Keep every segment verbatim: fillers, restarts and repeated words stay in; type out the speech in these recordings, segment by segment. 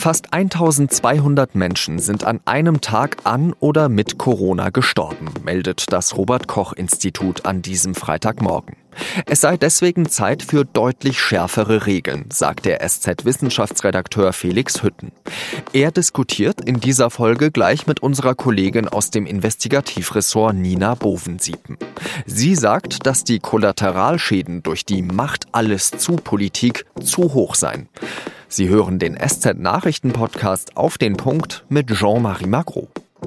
Fast eintausendzweihundert Menschen sind an einem Tag an oder mit Corona gestorben, meldet das Robert-Koch-Institut an diesem Freitagmorgen. Es sei deswegen Zeit für deutlich schärfere Regeln, sagt der S Z-Wissenschaftsredakteur Felix Hütten. Er diskutiert in dieser Folge gleich mit unserer Kollegin aus dem Investigativressort Nina Bovensiepen. Sie sagt, dass die Kollateralschäden durch die Macht-alles-zu-Politik zu hoch seien. Sie hören den S Z-Nachrichten-Podcast Auf den Punkt mit Jean-Marie Magro.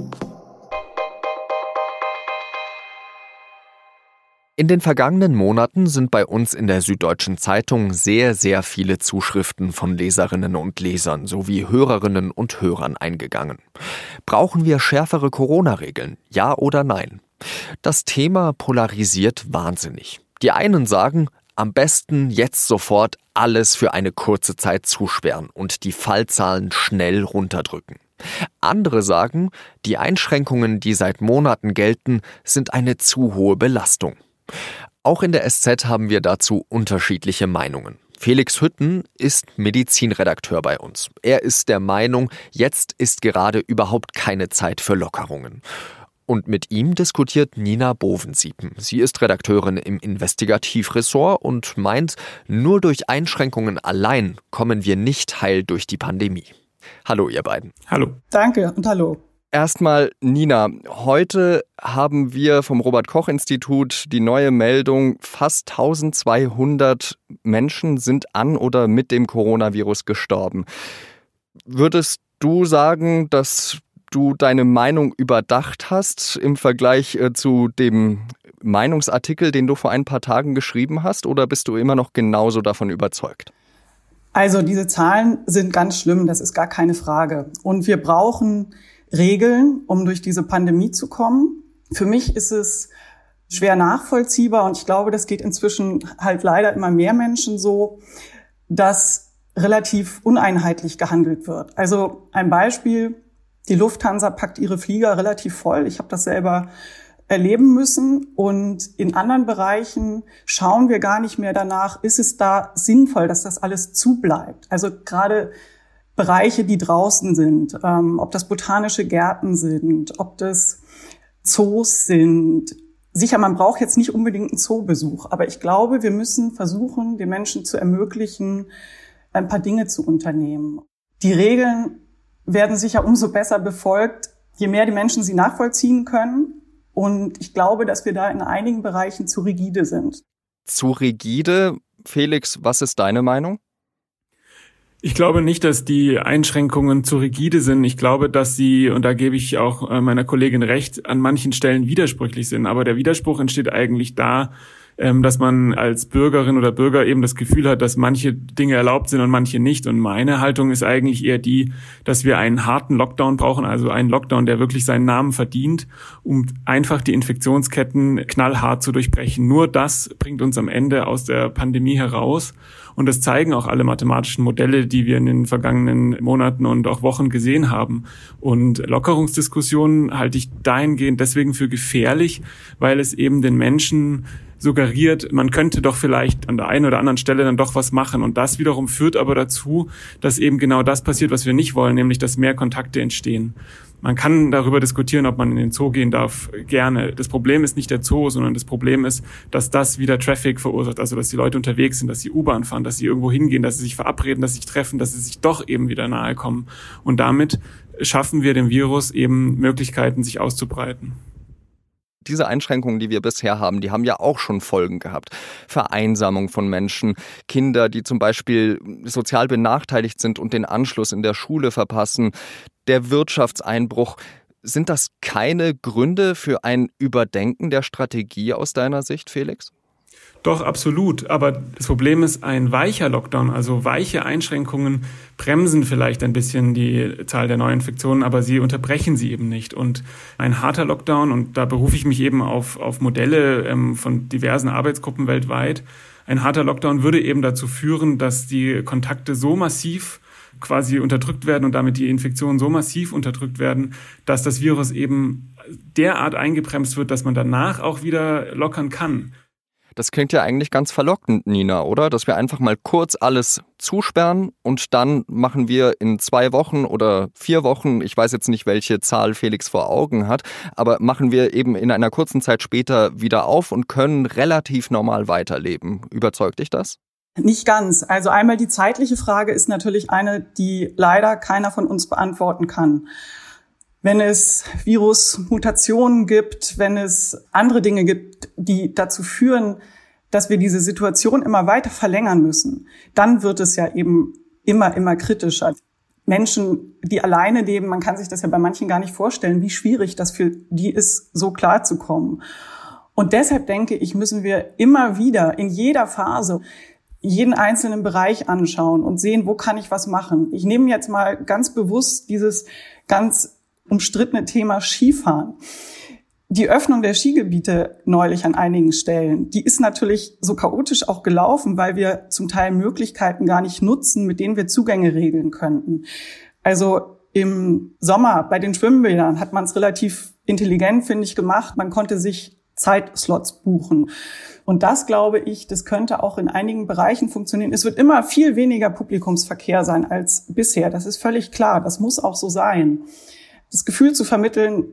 In den vergangenen Monaten sind bei uns in der Süddeutschen Zeitung sehr, sehr viele Zuschriften von Leserinnen und Lesern sowie Hörerinnen und Hörern eingegangen. Brauchen wir schärfere Corona-Regeln? Ja oder nein? Das Thema polarisiert wahnsinnig. Die einen sagen, am besten jetzt sofort alles für eine kurze Zeit zusperren und die Fallzahlen schnell runterdrücken. Andere sagen, die Einschränkungen, die seit Monaten gelten, sind eine zu hohe Belastung. Auch in der S Z haben wir dazu unterschiedliche Meinungen. Felix Hütten ist Medizinredakteur bei uns. Er ist der Meinung, jetzt ist gerade überhaupt keine Zeit für Lockerungen. Und mit ihm diskutiert Nina Bovensiepen. Sie ist Redakteurin im Investigativressort und meint, nur durch Einschränkungen allein kommen wir nicht heil durch die Pandemie. Hallo ihr beiden. Hallo. Danke und hallo. Erstmal Nina, heute haben wir vom Robert-Koch-Institut die neue Meldung, fast eintausendzweihundert Menschen sind an oder mit dem Coronavirus gestorben. Würdest du sagen, dass du deine Meinung überdacht hast im Vergleich äh, zu dem Meinungsartikel, den du vor ein paar Tagen geschrieben hast, oder bist du immer noch genauso davon überzeugt? Also diese Zahlen sind ganz schlimm, das ist gar keine Frage. Und wir brauchen Regeln, um durch diese Pandemie zu kommen. Für mich ist es schwer nachvollziehbar und ich glaube, das geht inzwischen halt leider immer mehr Menschen so, dass relativ uneinheitlich gehandelt wird. Also ein Beispiel: Die Lufthansa packt ihre Flieger relativ voll. Ich habe das selber erleben müssen. Und in anderen Bereichen schauen wir gar nicht mehr danach, ist es da sinnvoll, dass das alles zubleibt. Also gerade Bereiche, die draußen sind, ähm, ob das botanische Gärten sind, ob das Zoos sind. Sicher, man braucht jetzt nicht unbedingt einen Zoobesuch, aber ich glaube, wir müssen versuchen, den Menschen zu ermöglichen, ein paar Dinge zu unternehmen. Die Regeln werden sicher umso besser befolgt, je mehr die Menschen sie nachvollziehen können. Und ich glaube, dass wir da in einigen Bereichen zu rigide sind. Zu rigide? Felix, was ist deine Meinung? Ich glaube nicht, dass die Einschränkungen zu rigide sind. Ich glaube, dass sie, und da gebe ich auch meiner Kollegin recht, an manchen Stellen widersprüchlich sind. Aber der Widerspruch entsteht eigentlich da, dass man als Bürgerin oder Bürger eben das Gefühl hat, dass manche Dinge erlaubt sind und manche nicht. Und meine Haltung ist eigentlich eher die, dass wir einen harten Lockdown brauchen, also einen Lockdown, der wirklich seinen Namen verdient, um einfach die Infektionsketten knallhart zu durchbrechen. Nur das bringt uns am Ende aus der Pandemie heraus. Und das zeigen auch alle mathematischen Modelle, die wir in den vergangenen Monaten und auch Wochen gesehen haben. Und Lockerungsdiskussionen halte ich dahingehend deswegen für gefährlich, weil es eben den Menschen suggeriert, man könnte doch vielleicht an der einen oder anderen Stelle dann doch was machen. Und das wiederum führt aber dazu, dass eben genau das passiert, was wir nicht wollen, nämlich dass mehr Kontakte entstehen. Man kann darüber diskutieren, ob man in den Zoo gehen darf, gerne. Das Problem ist nicht der Zoo, sondern das Problem ist, dass das wieder Traffic verursacht, also dass die Leute unterwegs sind, dass sie U-Bahn fahren, dass sie irgendwo hingehen, dass sie sich verabreden, dass sie sich treffen, dass sie sich doch eben wieder nahe kommen. Und damit schaffen wir dem Virus eben Möglichkeiten, sich auszubreiten. Diese Einschränkungen, die wir bisher haben, die haben ja auch schon Folgen gehabt. Vereinsamung von Menschen, Kinder, die zum Beispiel sozial benachteiligt sind und den Anschluss in der Schule verpassen, der Wirtschaftseinbruch. Sind das keine Gründe für ein Überdenken der Strategie aus deiner Sicht, Felix? Doch, absolut. Aber das Problem ist, ein weicher Lockdown, also weiche Einschränkungen bremsen vielleicht ein bisschen die Zahl der Neuinfektionen, aber sie unterbrechen sie eben nicht. Und ein harter Lockdown, und da berufe ich mich eben auf, auf Modelle ähm, von diversen Arbeitsgruppen weltweit, ein harter Lockdown würde eben dazu führen, dass die Kontakte so massiv quasi unterdrückt werden und damit die Infektionen so massiv unterdrückt werden, dass das Virus eben derart eingebremst wird, dass man danach auch wieder lockern kann. Das klingt ja eigentlich ganz verlockend, Nina, oder? Dass wir einfach mal kurz alles zusperren und dann machen wir in zwei Wochen oder vier Wochen, ich weiß jetzt nicht, welche Zahl Felix vor Augen hat, aber machen wir eben in einer kurzen Zeit später wieder auf und können relativ normal weiterleben. Überzeugt dich das? Nicht ganz. Also einmal die zeitliche Frage ist natürlich eine, die leider keiner von uns beantworten kann. Wenn es Virusmutationen gibt, wenn es andere Dinge gibt, die dazu führen, dass wir diese Situation immer weiter verlängern müssen, dann wird es ja eben immer, immer kritischer. Menschen, die alleine leben, man kann sich das ja bei manchen gar nicht vorstellen, wie schwierig das für die ist, so klarzukommen. Und deshalb denke ich, müssen wir immer wieder in jeder Phase jeden einzelnen Bereich anschauen und sehen, wo kann ich was machen. Ich nehme jetzt mal ganz bewusst dieses ganz umstrittene Thema Skifahren. Die Öffnung der Skigebiete neulich an einigen Stellen, die ist natürlich so chaotisch auch gelaufen, weil wir zum Teil Möglichkeiten gar nicht nutzen, mit denen wir Zugänge regeln könnten. Also im Sommer bei den Schwimmbädern hat man es relativ intelligent, finde ich, gemacht. Man konnte sich Zeitslots buchen. Und das, glaube ich, das könnte auch in einigen Bereichen funktionieren. Es wird immer viel weniger Publikumsverkehr sein als bisher. Das ist völlig klar. Das muss auch so sein. Das Gefühl zu vermitteln,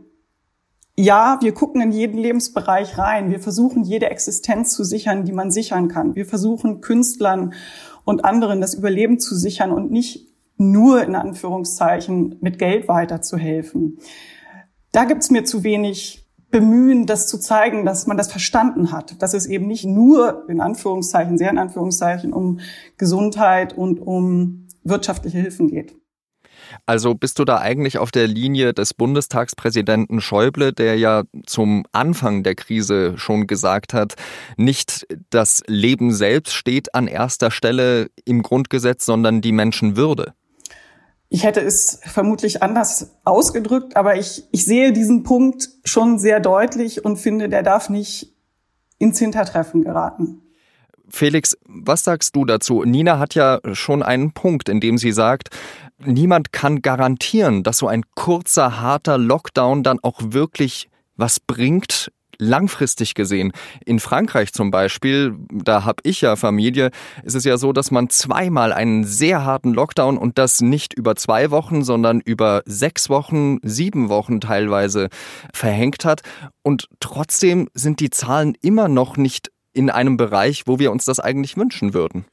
ja, wir gucken in jeden Lebensbereich rein. Wir versuchen, jede Existenz zu sichern, die man sichern kann. Wir versuchen, Künstlern und anderen das Überleben zu sichern und nicht nur, in Anführungszeichen, mit Geld weiterzuhelfen. Da gibt's mir zu wenig Bemühen, das zu zeigen, dass man das verstanden hat. Dass es eben nicht nur, in Anführungszeichen, sehr in Anführungszeichen, um Gesundheit und um wirtschaftliche Hilfen geht. Also bist du da eigentlich auf der Linie des Bundestagspräsidenten Schäuble, der ja zum Anfang der Krise schon gesagt hat, nicht das Leben selbst steht an erster Stelle im Grundgesetz, sondern die Menschenwürde? Ich hätte es vermutlich anders ausgedrückt, aber ich, ich sehe diesen Punkt schon sehr deutlich und finde, der darf nicht ins Hintertreffen geraten. Felix, was sagst du dazu? Nina hat ja schon einen Punkt, in dem sie sagt, niemand kann garantieren, dass so ein kurzer, harter Lockdown dann auch wirklich was bringt, langfristig gesehen. In Frankreich zum Beispiel, da habe ich ja Familie, ist es ja so, dass man zweimal einen sehr harten Lockdown und das nicht über zwei Wochen, sondern über sechs Wochen, sieben Wochen teilweise verhängt hat. Und trotzdem sind die Zahlen immer noch nicht in einem Bereich, wo wir uns das eigentlich wünschen würden.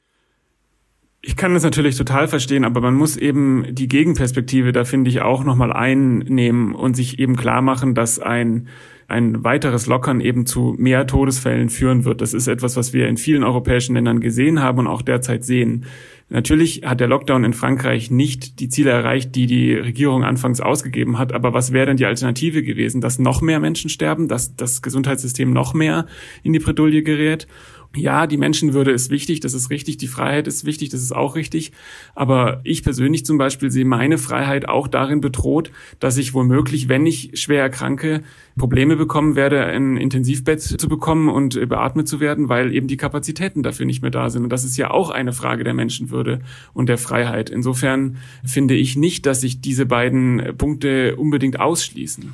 Ich kann das natürlich total verstehen, aber man muss eben die Gegenperspektive, da finde ich, auch nochmal einnehmen und sich eben klar machen, dass ein, ein weiteres Lockern eben zu mehr Todesfällen führen wird. Das ist etwas, was wir in vielen europäischen Ländern gesehen haben und auch derzeit sehen. Natürlich hat der Lockdown in Frankreich nicht die Ziele erreicht, die die Regierung anfangs ausgegeben hat. Aber was wäre denn die Alternative gewesen? Dass noch mehr Menschen sterben, dass das Gesundheitssystem noch mehr in die Bredouille gerät? Ja, die Menschenwürde ist wichtig, das ist richtig, die Freiheit ist wichtig, das ist auch richtig. Aber ich persönlich zum Beispiel sehe meine Freiheit auch darin bedroht, dass ich womöglich, wenn ich schwer erkranke, Probleme bekommen werde, ein Intensivbett zu bekommen und beatmet zu werden, weil eben die Kapazitäten dafür nicht mehr da sind. Und das ist ja auch eine Frage der Menschenwürde und der Freiheit. Insofern finde ich nicht, dass sich diese beiden Punkte unbedingt ausschließen.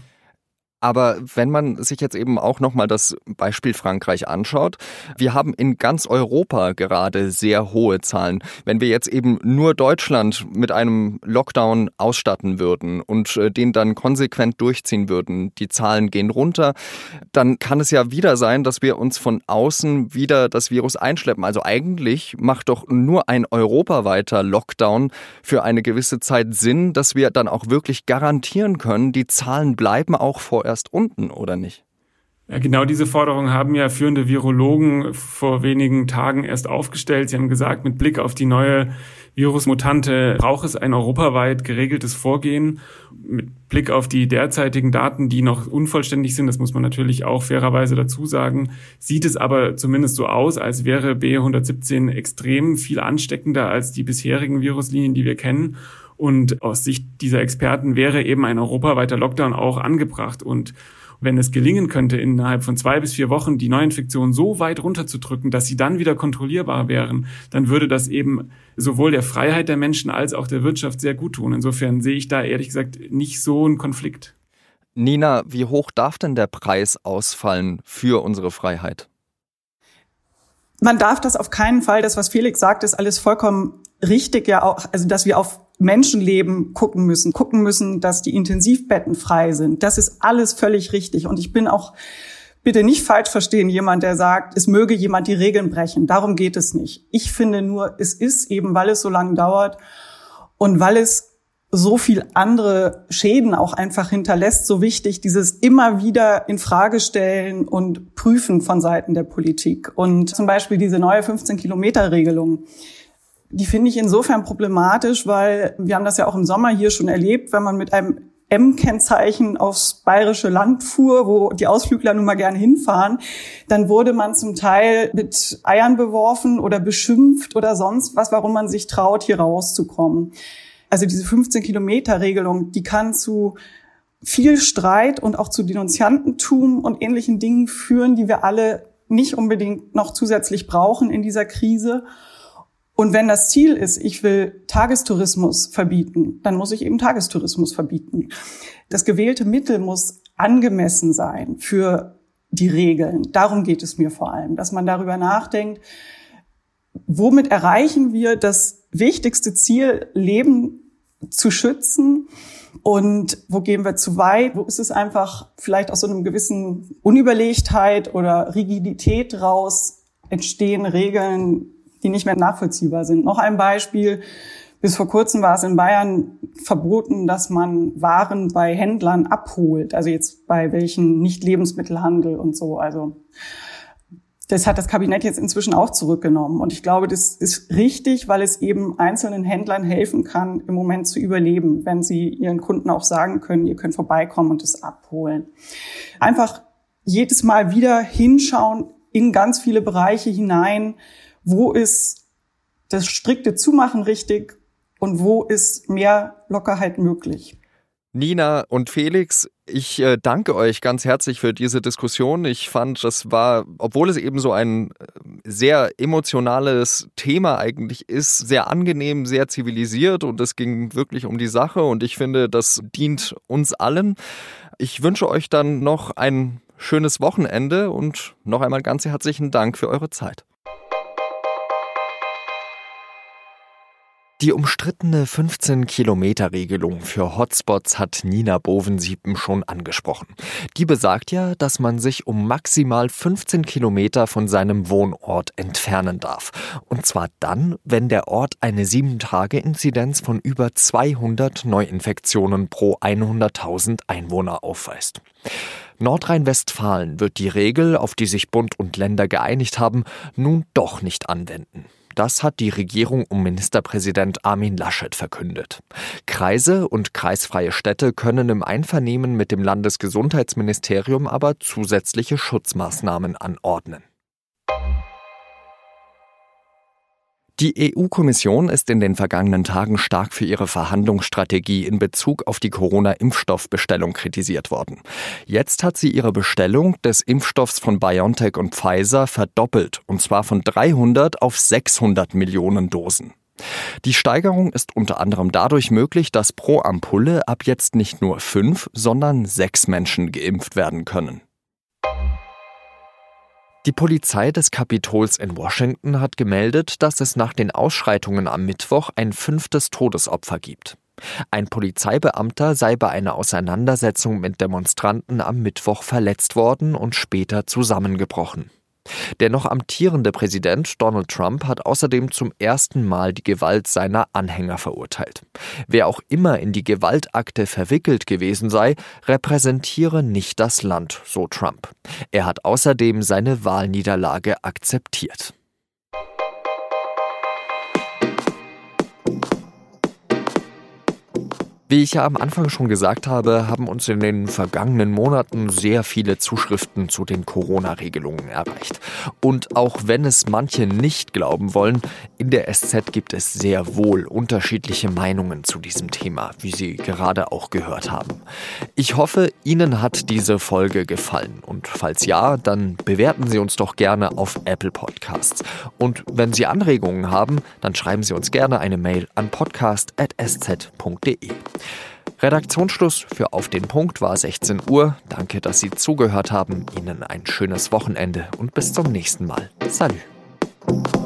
Aber wenn man sich jetzt eben auch nochmal das Beispiel Frankreich anschaut, wir haben in ganz Europa gerade sehr hohe Zahlen. Wenn wir jetzt eben nur Deutschland mit einem Lockdown ausstatten würden und den dann konsequent durchziehen würden, die Zahlen gehen runter, dann kann es ja wieder sein, dass wir uns von außen wieder das Virus einschleppen. Also eigentlich macht doch nur ein europaweiter Lockdown für eine gewisse Zeit Sinn, dass wir dann auch wirklich garantieren können, die Zahlen bleiben auch vorerst unten, oder nicht? Ja, genau diese Forderung haben ja führende Virologen vor wenigen Tagen erst aufgestellt. Sie haben gesagt, mit Blick auf die neue Virusmutante braucht es ein europaweit geregeltes Vorgehen. Mit Blick auf die derzeitigen Daten, die noch unvollständig sind, das muss man natürlich auch fairerweise dazu sagen, sieht es aber zumindest so aus, als wäre B hundertsiebzehn extrem viel ansteckender als die bisherigen Viruslinien, die wir kennen. Und aus Sicht dieser Experten wäre eben ein europaweiter Lockdown auch angebracht. Und wenn es gelingen könnte, innerhalb von zwei bis vier Wochen die Neuinfektionen so weit runterzudrücken, dass sie dann wieder kontrollierbar wären, dann würde das eben sowohl der Freiheit der Menschen als auch der Wirtschaft sehr gut tun. Insofern sehe ich da ehrlich gesagt nicht so einen Konflikt. Nina, wie hoch darf denn der Preis ausfallen für unsere Freiheit? man darf das auf keinen Fall, das, was Felix sagt, ist alles vollkommen richtig, ja auch, also dass wir auf Menschenleben gucken müssen, gucken müssen, dass die Intensivbetten frei sind. Das ist alles völlig richtig. Und ich bin auch, bitte nicht falsch verstehen, jemand, der sagt, es möge jemand die Regeln brechen. Darum geht es nicht. Ich finde nur, es ist eben, weil es so lange dauert und weil es so viel andere Schäden auch einfach hinterlässt, so wichtig, dieses immer wieder in Frage stellen und prüfen von Seiten der Politik. Und zum Beispiel diese neue fünfzehn-Kilometer-Regelung, die finde ich insofern problematisch, weil wir haben das ja auch im Sommer hier schon erlebt, wenn man mit einem M-Kennzeichen aufs bayerische Land fuhr, wo die Ausflügler nun mal gerne hinfahren, dann wurde man zum Teil mit Eiern beworfen oder beschimpft oder sonst was, warum man sich traut, hier rauszukommen. Also diese fünfzehn-Kilometer-Regelung, die kann zu viel Streit und auch zu Denunziantentum und ähnlichen Dingen führen, die wir alle nicht unbedingt noch zusätzlich brauchen in dieser Krise. Und wenn das Ziel ist, ich will Tagestourismus verbieten, dann muss ich eben Tagestourismus verbieten. Das gewählte Mittel muss angemessen sein für die Regeln. Darum geht es mir vor allem, dass man darüber nachdenkt, womit erreichen wir das wichtigste Ziel, Leben zu schützen, und wo gehen wir zu weit? Wo ist es einfach vielleicht aus so einem gewissen Unüberlegtheit oder Rigidität raus entstehen Regeln, die nicht mehr nachvollziehbar sind. Noch ein Beispiel. Bis vor kurzem war es in Bayern verboten, dass man Waren bei Händlern abholt. Also jetzt bei welchen Nicht-Lebensmittelhandel und so. Also das hat das Kabinett jetzt inzwischen auch zurückgenommen. Und ich glaube, das ist richtig, weil es eben einzelnen Händlern helfen kann, im Moment zu überleben, wenn sie ihren Kunden auch sagen können, ihr könnt vorbeikommen und es abholen. Einfach jedes Mal wieder hinschauen in ganz viele Bereiche hinein. Wo ist das strikte Zumachen richtig und wo ist mehr Lockerheit möglich? Nina und Felix, ich äh, danke euch ganz herzlich für diese Diskussion. Ich fand, das war, obwohl es eben so ein sehr emotionales Thema eigentlich ist, sehr angenehm, sehr zivilisiert, und es ging wirklich um die Sache, und ich finde, das dient uns allen. Ich wünsche euch dann noch ein schönes Wochenende und noch einmal ganz herzlichen Dank für eure Zeit. Die umstrittene fünfzehn-Kilometer-Regelung für Hotspots hat Nina Bovensiepen schon angesprochen. Die besagt ja, dass man sich um maximal fünfzehn Kilometer von seinem Wohnort entfernen darf. Und zwar dann, wenn der Ort eine sieben Tage Inzidenz von über zweihundert Neuinfektionen pro hunderttausend Einwohner aufweist. Nordrhein-Westfalen wird die Regel, auf die sich Bund und Länder geeinigt haben, nun doch nicht anwenden. Das hat die Regierung um Ministerpräsident Armin Laschet verkündet. Kreise und kreisfreie Städte können im Einvernehmen mit dem Landesgesundheitsministerium aber zusätzliche Schutzmaßnahmen anordnen. Die E U-Kommission ist in den vergangenen Tagen stark für ihre Verhandlungsstrategie in Bezug auf die Corona-Impfstoffbestellung kritisiert worden. Jetzt hat sie ihre Bestellung des Impfstoffs von BioNTech und Pfizer verdoppelt, und zwar von dreihundert auf sechshundert Millionen Dosen. Die Steigerung ist unter anderem dadurch möglich, dass pro Ampulle ab jetzt nicht nur fünf, sondern sechs Menschen geimpft werden können. Die Polizei des Kapitols in Washington hat gemeldet, dass es nach den Ausschreitungen am Mittwoch ein fünftes Todesopfer gibt. Ein Polizeibeamter sei bei einer Auseinandersetzung mit Demonstranten am Mittwoch verletzt worden und später zusammengebrochen. Der noch amtierende Präsident Donald Trump hat außerdem zum ersten Mal die Gewalt seiner Anhänger verurteilt. Wer auch immer in die Gewaltakte verwickelt gewesen sei, repräsentiere nicht das Land, so Trump. Er hat außerdem seine Wahlniederlage akzeptiert. Wie ich ja am Anfang schon gesagt habe, haben uns in den vergangenen Monaten sehr viele Zuschriften zu den Corona-Regelungen erreicht. Und auch wenn es manche nicht glauben wollen, in der S Z gibt es sehr wohl unterschiedliche Meinungen zu diesem Thema, wie Sie gerade auch gehört haben. Ich hoffe, Ihnen hat diese Folge gefallen. Und falls ja, dann bewerten Sie uns doch gerne auf Apple Podcasts. Und wenn Sie Anregungen haben, dann schreiben Sie uns gerne eine Mail an podcast at s z punkt d e. Redaktionsschluss für Auf den Punkt war sechzehn Uhr. Danke, dass Sie zugehört haben. Ihnen ein schönes Wochenende und bis zum nächsten Mal. Salut! Musik